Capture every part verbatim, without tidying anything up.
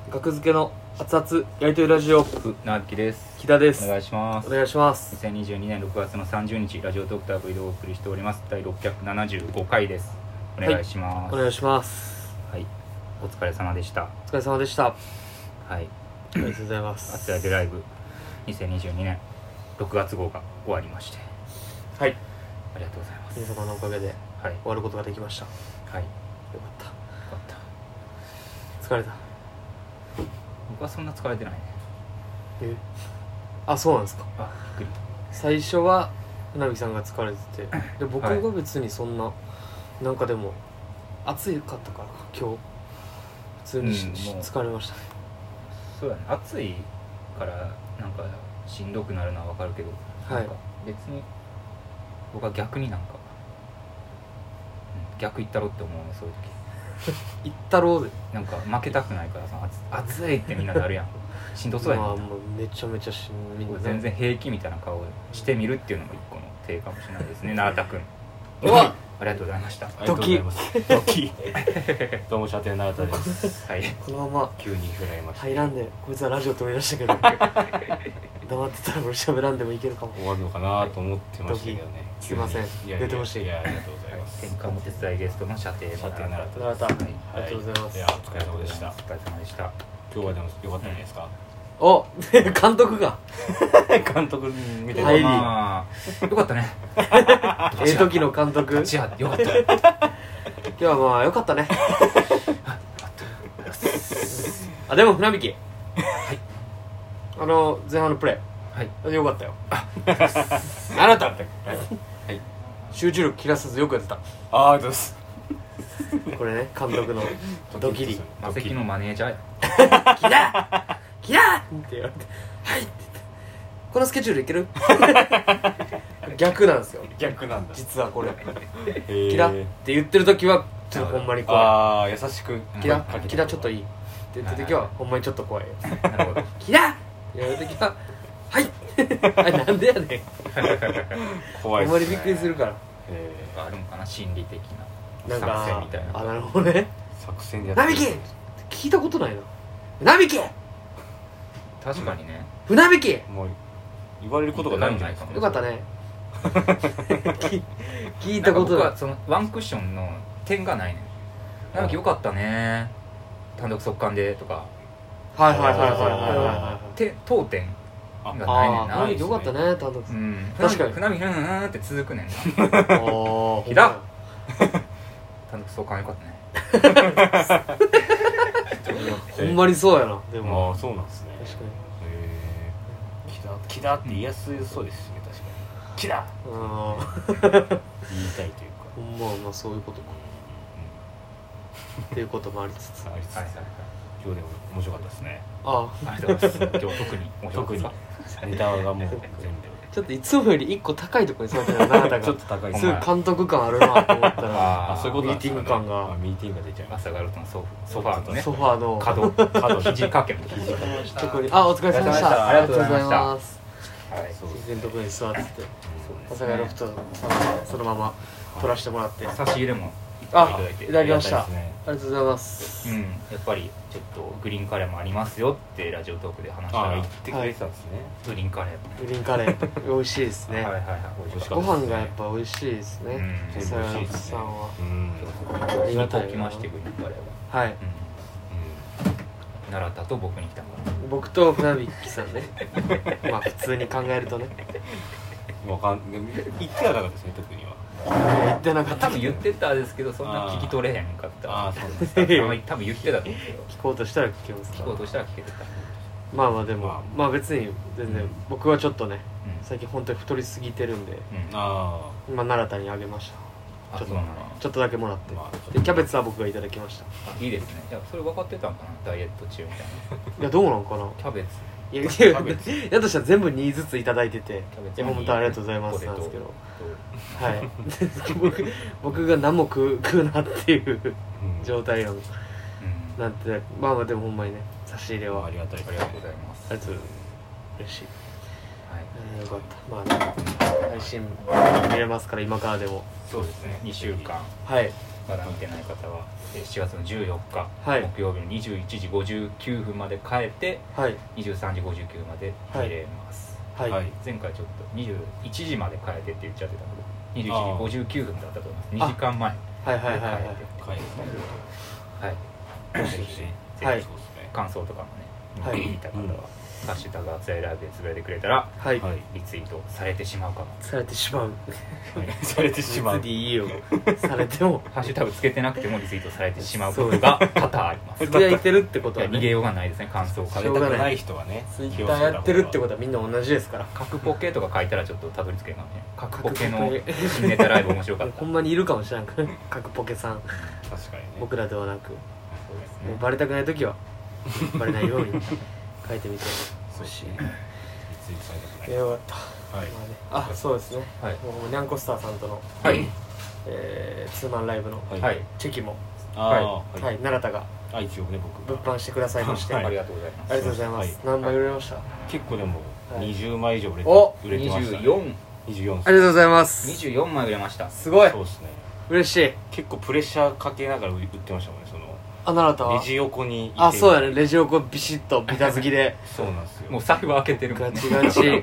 学付けの熱々やりとりラジオふなびきです。 木田です。 お願いします。 お願いします。 にせんにじゅうにねんろくがつのさんじゅうにちラジオドクター V でお送りしております。第ろっぴゃくななじゅうごかいです。お願いします。 はい、お願いします。 はい、お疲れ様でした。 お疲れ様でした。はい、 ありがとうございます。 熱々ライブにせんにじゅうにねんろくがつ号が終わりまして、 はい、 ありがとうございます。 皆様のおかげではい、 終わることができました。 はい、よよかった。 かった。 疲れた。 僕はそんな疲れてないね。 えあ、そうなんですか。 あ、びっくり。 最初は船木さんが疲れてて、で僕が別にそんな、はい、なんかでも暑かったから今日普通に、うん、疲れましたね。 そうだね、暑いからなんかしんどくなるのはわかるけど、はい、なんか別に僕は逆になんか、うん、逆行ったろって思うね、そういう時行ったろうでなんか負けたくないからさ、暑いってみんななるやんしんどそうやん、 まあ、もうめちゃめちゃしんみんな全然平気みたいな顔してみるっていうのも一個の手かもしれないですね。奈良田君、 うわありがとうございました。 ドキドキどうも射程奈良田です。 はい、 このまま急に振られました。 入らんで、こいつはラジオ止め出したけど黙ってたら俺喋らんでもいけるかも。 終わるのかなと思ってましたけどね。 すいません、出てほしい。 いや、ありがとうございます。 天下も手伝いゲストの射程射程奈良田です。ありがとうございます。 いや、お疲れ様でした。お疲れ様でした。 今日はでも良かったんじゃないですか。 お監督が監督みたいな。 入り、 まあ、よかったね。 ええ時の監督。 じゃあよかった。 今日はまあよかったね。あ、でも船引き、はい、あの前半のプレー、はい、よかったよ。あなた、はい、集中力切らさずよくやってた。 ああ、りがとうございます。 これね、監督のドキリ。 マセキのマネージャーや。 キラーキラーって言われて、はいって言って、このスケジュールいける逆なんですよ。 逆なんだ実はこれキラって言ってる時はちょっとほんまに怖い。 ああ、優しくキラキラちょっといいって言ってる時はほんまにちょっと怖い。なるほど。キラって言われる時ははいあれなんでやねん怖いっすね。 ほんまにびっくりするから。 えー、あるんかな、心理的ななんか作戦みたいな。 あ、なるほどね。 作戦でやって船引き聞いたことないな。船引き確かにね、 船引きもう言われることがないんじゃないかも。 よかったね聞いたことない。 僕はそのワンクッションの点がないね。なんかよかったね、単独速乾でとか、 はいはいはいはいはい。 て当点がないねんな。 あ、よかったね、単独。 うん、 確かに船見ふんふんって続くねんな。 おー、 ひだ単独速乾よかったね。 ほんまにそうやな。でもああ、そうなんですね。 確かに。 へえ、キダキダって言いやすそうですしね、確かに。キダあ言いたいというか。 ほんままあそういうことかっていうこともありつつ、 ありつつ、 はいはいはい、 今日でも面白かったですね。 あありがとうございます。今日特に面白か特にったネタがもう全部ちょっといつもより一個高いところに座ってるな、あなたがちょっと高いすごい監督感あるなと思ったらああ、そういうことなんですかね。 ミーティング感があミーティングが出ちゃいます。 朝ガルトのソフソファーとね、 ソファーの角角肘掛けのところとこに、あ、お疲れ様でした。 ありがとうございました。 ます。 はい、 そう自然とこに座ってて、 そうですね、 朝がロフトそのまま撮らせてもらって、 差し入れもあ、 いただいて、 いただきました。あありがたいですね。 りがとうございます。 うん、やっぱりちょっとグリーンカレーもありますよってラジオトークで話したら、 あ言ってくれてたんですね。 グリーンカレーもグリーンカレー美味しいですね。 はいはいはい、美味しかごったですね。 飯がやっぱ美味しいですね。 うん朝がロフトさんはうんありがたい来まして、グリーンカレーは、 はい。 うん、奈良田と僕に来たから僕と船引さんね。まあ普通に考えるとね。 わかん言ってなかったですね、特には。 言ってなかった多分言ってたですけど、そんな聞き取れへんかった。 ああ、そうなんです多分多分言ってたと思うけど、 聞こうとしたら聞けますか聞こうとしたら聞けてた。 まあまあでも、 まあまあ別に全然僕はちょっとね、 うん最近本当に太りすぎてるんで、 うん、 あまあ奈良田にあげました。ちょっとあそうなんだ。 ちょっとだけもらって、 まあでキャベツは僕がいただきました。 あ、いいですね。いや、それ分かってたんかな、ダイエット中みたいな。 いや、どうなんかな。 キャベツいやいやキャベツやとしたら全部にずついただいてて、 キャベツいや本当ありがとうございますなんですけど、 とはい僕僕が何も食う食うなっていううん状態をうん、 なんて、まあまあでもほんまにね、差し入れはありがたいですありがとうございます。 ありがとう嬉しい。 はい、 えー、よかった。まあ、ね、配信見れますから今からでも。 そうですね。にしゅうかんはい。 まだ見てない方はしちがつのじゅうよっか、 はい、 木曜日のにじゅういちじごじゅうきゅうふんまで変えて、 はい、 にじゅうさんじごじゅうきゅうふんまで見れます、 はいはい、 前回ちょっとにじゅういちじまで変えてって言っちゃってたけどにじゅういちじごじゅうきゅうふんだったと思います。にじかんまえはいはいはいはい変えてはいぜひぜひ、はい、感想とかもね、はい、見た方は、うん、ハッシュタグ熱いライブでつぶやいてくれたら、はい、リツイートされてしまうかも。 されてしまうされてしまう。 別にいいよ。されてもハッシュタグつけてなくてもリツイートされてしまうことが多々あります。 つぶやいてるってことは、ね、 逃げようがないですね。感想を書いてない人はね。 ツイッターやってるってことはみんな同じですから。 角ポケとか書いたらちょっとたどり着けんかもね。角ポケの新ネタライブ面白かった。 ほんまにいるかもしれんから角ポケさん。 確かにね。僕らではなく、もうバレたくないときはバレないように書いてみてほしい。いやよかった。はい、まあね、あ、そうですね、はい、もうニャンコスターさんとの、はいえー、ツーマンライブの、はい、チェキも、はいはいはい、奈良田があ一応ね僕物販してくださいまして、 はい、ありがとうございます。 ありがとうございます、はい、何枚売れました？ 結構でもにじゅうまい以上売れて、 はい、 売れてました、ね、 にじゅうよんにじゅうよんありがとうございます。 にじゅうよんまい売れました。 すごい。 そうですね、 嬉しい。 結構プレッシャーかけながら売ってましたもんね。そのあ、奈良田はレジ横にいて、 あ、そうやね、レジ横ビシッとビタ付きでそうなんですよ。 もう財布開けてるもんガチガチ、うん、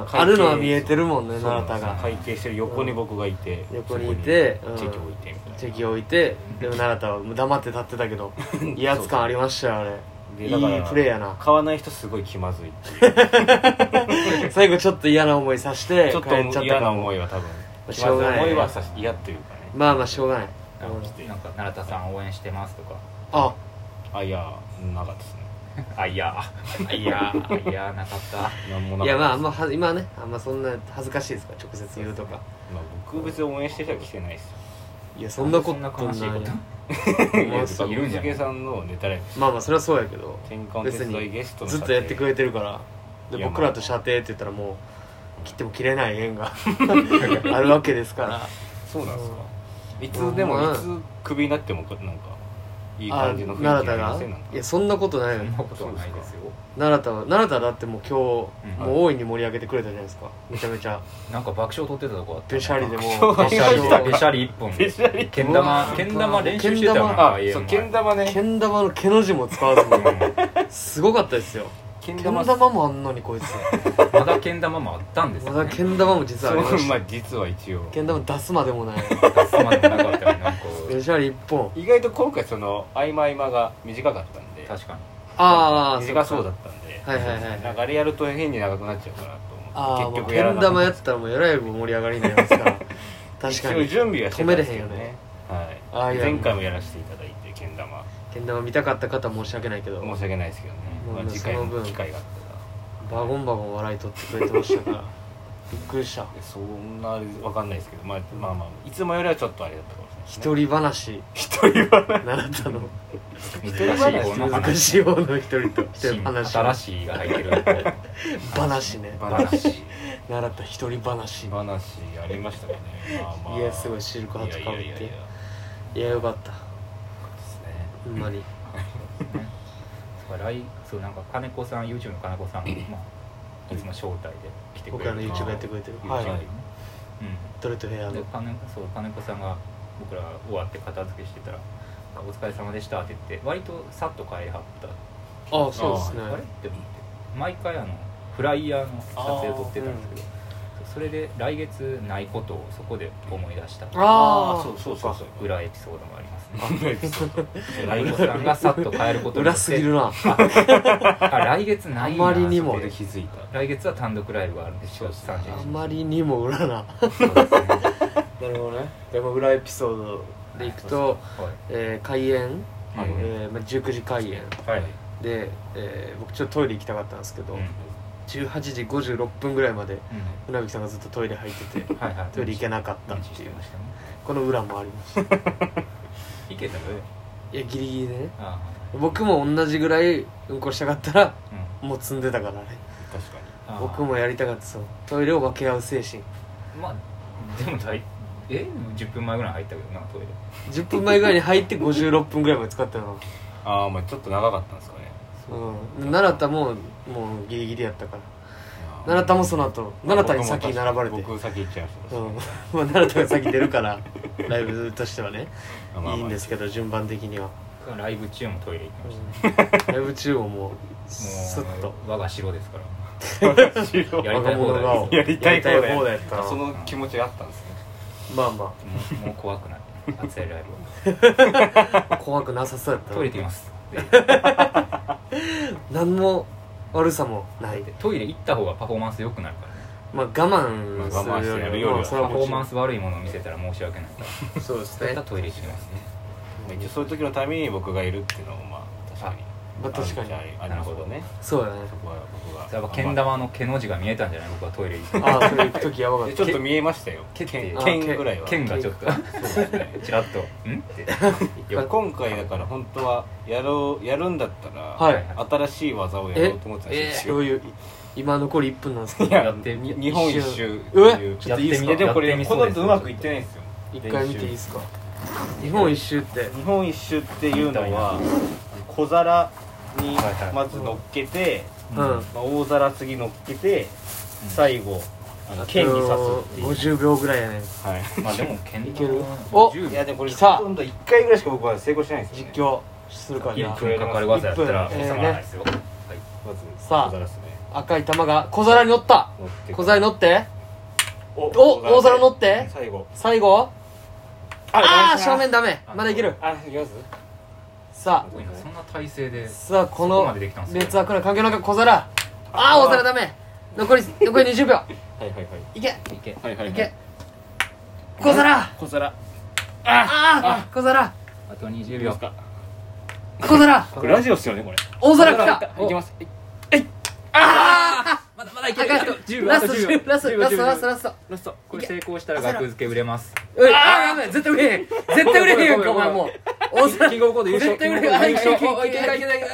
あるのは見えてるもんね。奈良田が会計してる横に僕がいて、 うん、横にいて、 うん、チェキ置いてみたいな。 チェキ置いて、でも奈良田は黙って立ってたけど威圧感ありましたよあれ。でいいプレーやな。 買わない人すごい気まずいっていう最後ちょっと嫌な思いさせてちょっと嫌な思いは多分しょうがない、ね、 思いはさ嫌というかね。 まあまあしょうがない。 なんか奈良田さん応援してますとか。 ああ、いやなかったですね。 あ、いやあ、いやいやなかった。 なんもなかった。いやまああんまは今はねあんまそんな恥ずかしいですか直接言うとか。 まあ僕別に応援してる人は来てないですよ。 いやそんなことない。悲しいこと。 まあいるんじゃない。さんのネタライブ。 まあまあそれはそうやけど。 転換手伝いゲストのずっとやってくれてるから。で僕らと射程って言ったらもう切っても切れない縁があるわけですから。 そうなんですか。いつでもいつクビになってもなんかいい感じの雰囲気ありません？いやそんなことないよ。 そんなことはないですよ。 奈良田は奈良田だってもう今日、うん、もう大いに盛り上げてくれたじゃないですか。めちゃめちゃなんか爆笑取ってたとこあってべしゃりでもべしゃりべしゃり一本でけん玉けん玉練習してたよな。 あ、そうけん玉ね。 けん玉の毛の字も使わずにすごかったですよ。けん玉もあんのにこいつまだけん玉もあったんですよ、ね、 まだけん玉も実はありました。 まあ実は一応けん玉出すまでもない出すまでもなかったよ。なんかべしゃり一本。 意外と今回その合間合間が短かったんで。 確かにああ短そうだったんで、 はいはいはい、 なんかあれやると変に長くなっちゃうかなと思って。 結局やらなけん玉やったらもうえらい盛り上がりになりますから確かに準備はしてたんですけどね。 はい、 前回もやらせていただいてけん玉けん玉見たかった方は申し訳ないけど申し訳ないですけどね、まあ、次回の機会があったらバゴンバゴン笑い取ってくれてましたからびっくりした。 そんな分かんないですけど、まあ、まあまあいつもよりはちょっとあれだったかもしれない一人話一人話奈良田の一人話難しい方の一人と一人話新しいが入ってる話ね話奈良田一人話話ありましたかね。まあまあいやすごいシルクハットかぶって、いやよかったですねほんまに来そうなんか金子さん YouTube の金子さん、まあ、いつも招待で来てくれる。 僕らの YouTube やってくれてる。 はい、はい、うん、 ドレッドヘアので金そう金子さんが僕ら終わって片付けしてたら「お疲れ様でした」って言って割とさっと帰りはった。 ああそうですね。 あれって思って毎回あのフライヤーの撮影を撮ってたんですけど、それで来月ないことをそこで思い出した。 ああそうそうそうそう裏エピソードもありますね。来月さんがさっと帰ることによって裏すぎるな。 あ来月ないな。 あまりにもで気づいた。 来月は単独ライブがあるんでしがつさんじゅうにち。 あまりにも裏な。 そうですね。なるほどね。でも裏エピソードでいくと、はいえー、開演、はいえーまあ、じゅうくじ開演、はい、で、えー、僕ちょっとトイレ行きたかったんですけど、うん、じゅうはちじごじゅうろっぷんぐらいまで船引さんがずっとトイレ入ってて、はいはい、トイレ行けなかったっていう、この裏もありました。 行けたよね。 いやギリギリでね。ああ僕も同じぐらいうんこしたかったら、うん、もう積んでたからね。 確かに僕もやりたかった。そうトイレを分け合う精神。 まあでも大えじゅっぷんまえぐらい入ったけどなトイレじゅっぷんまえぐらいに入ってごじゅうろっぷんぐらいまで使ったよな。 ああまあちょっと長かったんですかね。 うん奈良田ももうギリギリやったから。 七田もその後七田に先に並ばれて僕先行っちゃいました、 うんまあ、七田が先出るからライブとしてはねいいんですけど順番的にはライブ中もトイレ行きました、 うん、ライブ中ももうスッと我が城ですから我が城やりたい放題やりたい放題やったな。 その気持ちがあったんですね。 まあまあもう、もう怖くない熱いライブ怖くなさそうやったトイレ行きます何も悪さもないトイレ行った方がパフォーマンス良くなるからね。 まあ我慢するよりは、まあ、 パフォーマンス悪いものを見せたら申し訳ないからそうですね。 トイレ行きますね。 一応そういう時のために僕がいるっていうのもまあ確かにまあ確かになるほどね。 そうだね。 そこは僕がやっぱけん玉の毛の字が見えたんじゃない？僕はトイレ行ってああトイレ行く時やばかった。 ちょっと見えましたよ。 毛って剣ぐらいは剣がちょっとそうですねチラッとんっていや今回だから本当はやろうやるんだったら、 はい、 新しい技をやろうと思ってたんですよ。 どういう今残りいっぷんなんですけどやって日本一周えちょっといいですか？ でもこれほとんどうまくいってないんですよ。 一回見ていいですか？日本一周って日本一周っていうのは小皿にまず乗っけて、 うんまあ、大皿次乗っけて、うん、最後あの剣に刺すっていうごじゅうびょうぐらいやねん。 はい。まあでも剣いける。 おいやでもこれほとんどいっかいぐらいしか僕は成功してないんですよ、ね、 実況するからいっぷんかかる技やったら収まらないですよ、 えーね、 はい、まずさあ小皿ですね。 赤い玉が小皿に乗った小皿に乗っておお大皿乗って最後最後ああ正面ダメまだいける。 あいきます。 さあそんな体勢でさあこの劣悪な環境の中小皿ああ大皿ダメ残り残りにじゅうびょうはいはいはいいけいけはいはいいけ小皿小皿ああ小皿あとにじゅうびょう小皿これラジオっすよねこれ。 大皿来たいきます。 ああまだまだいける。 ラストじゅうラストラストラストラストラストこれ成功したら額付け売れます。 ああやばい絶対売れへん絶対売れへんやんかお前もう大皿キングオブコード優勝絶対売れへん。いけいけいけいけいけ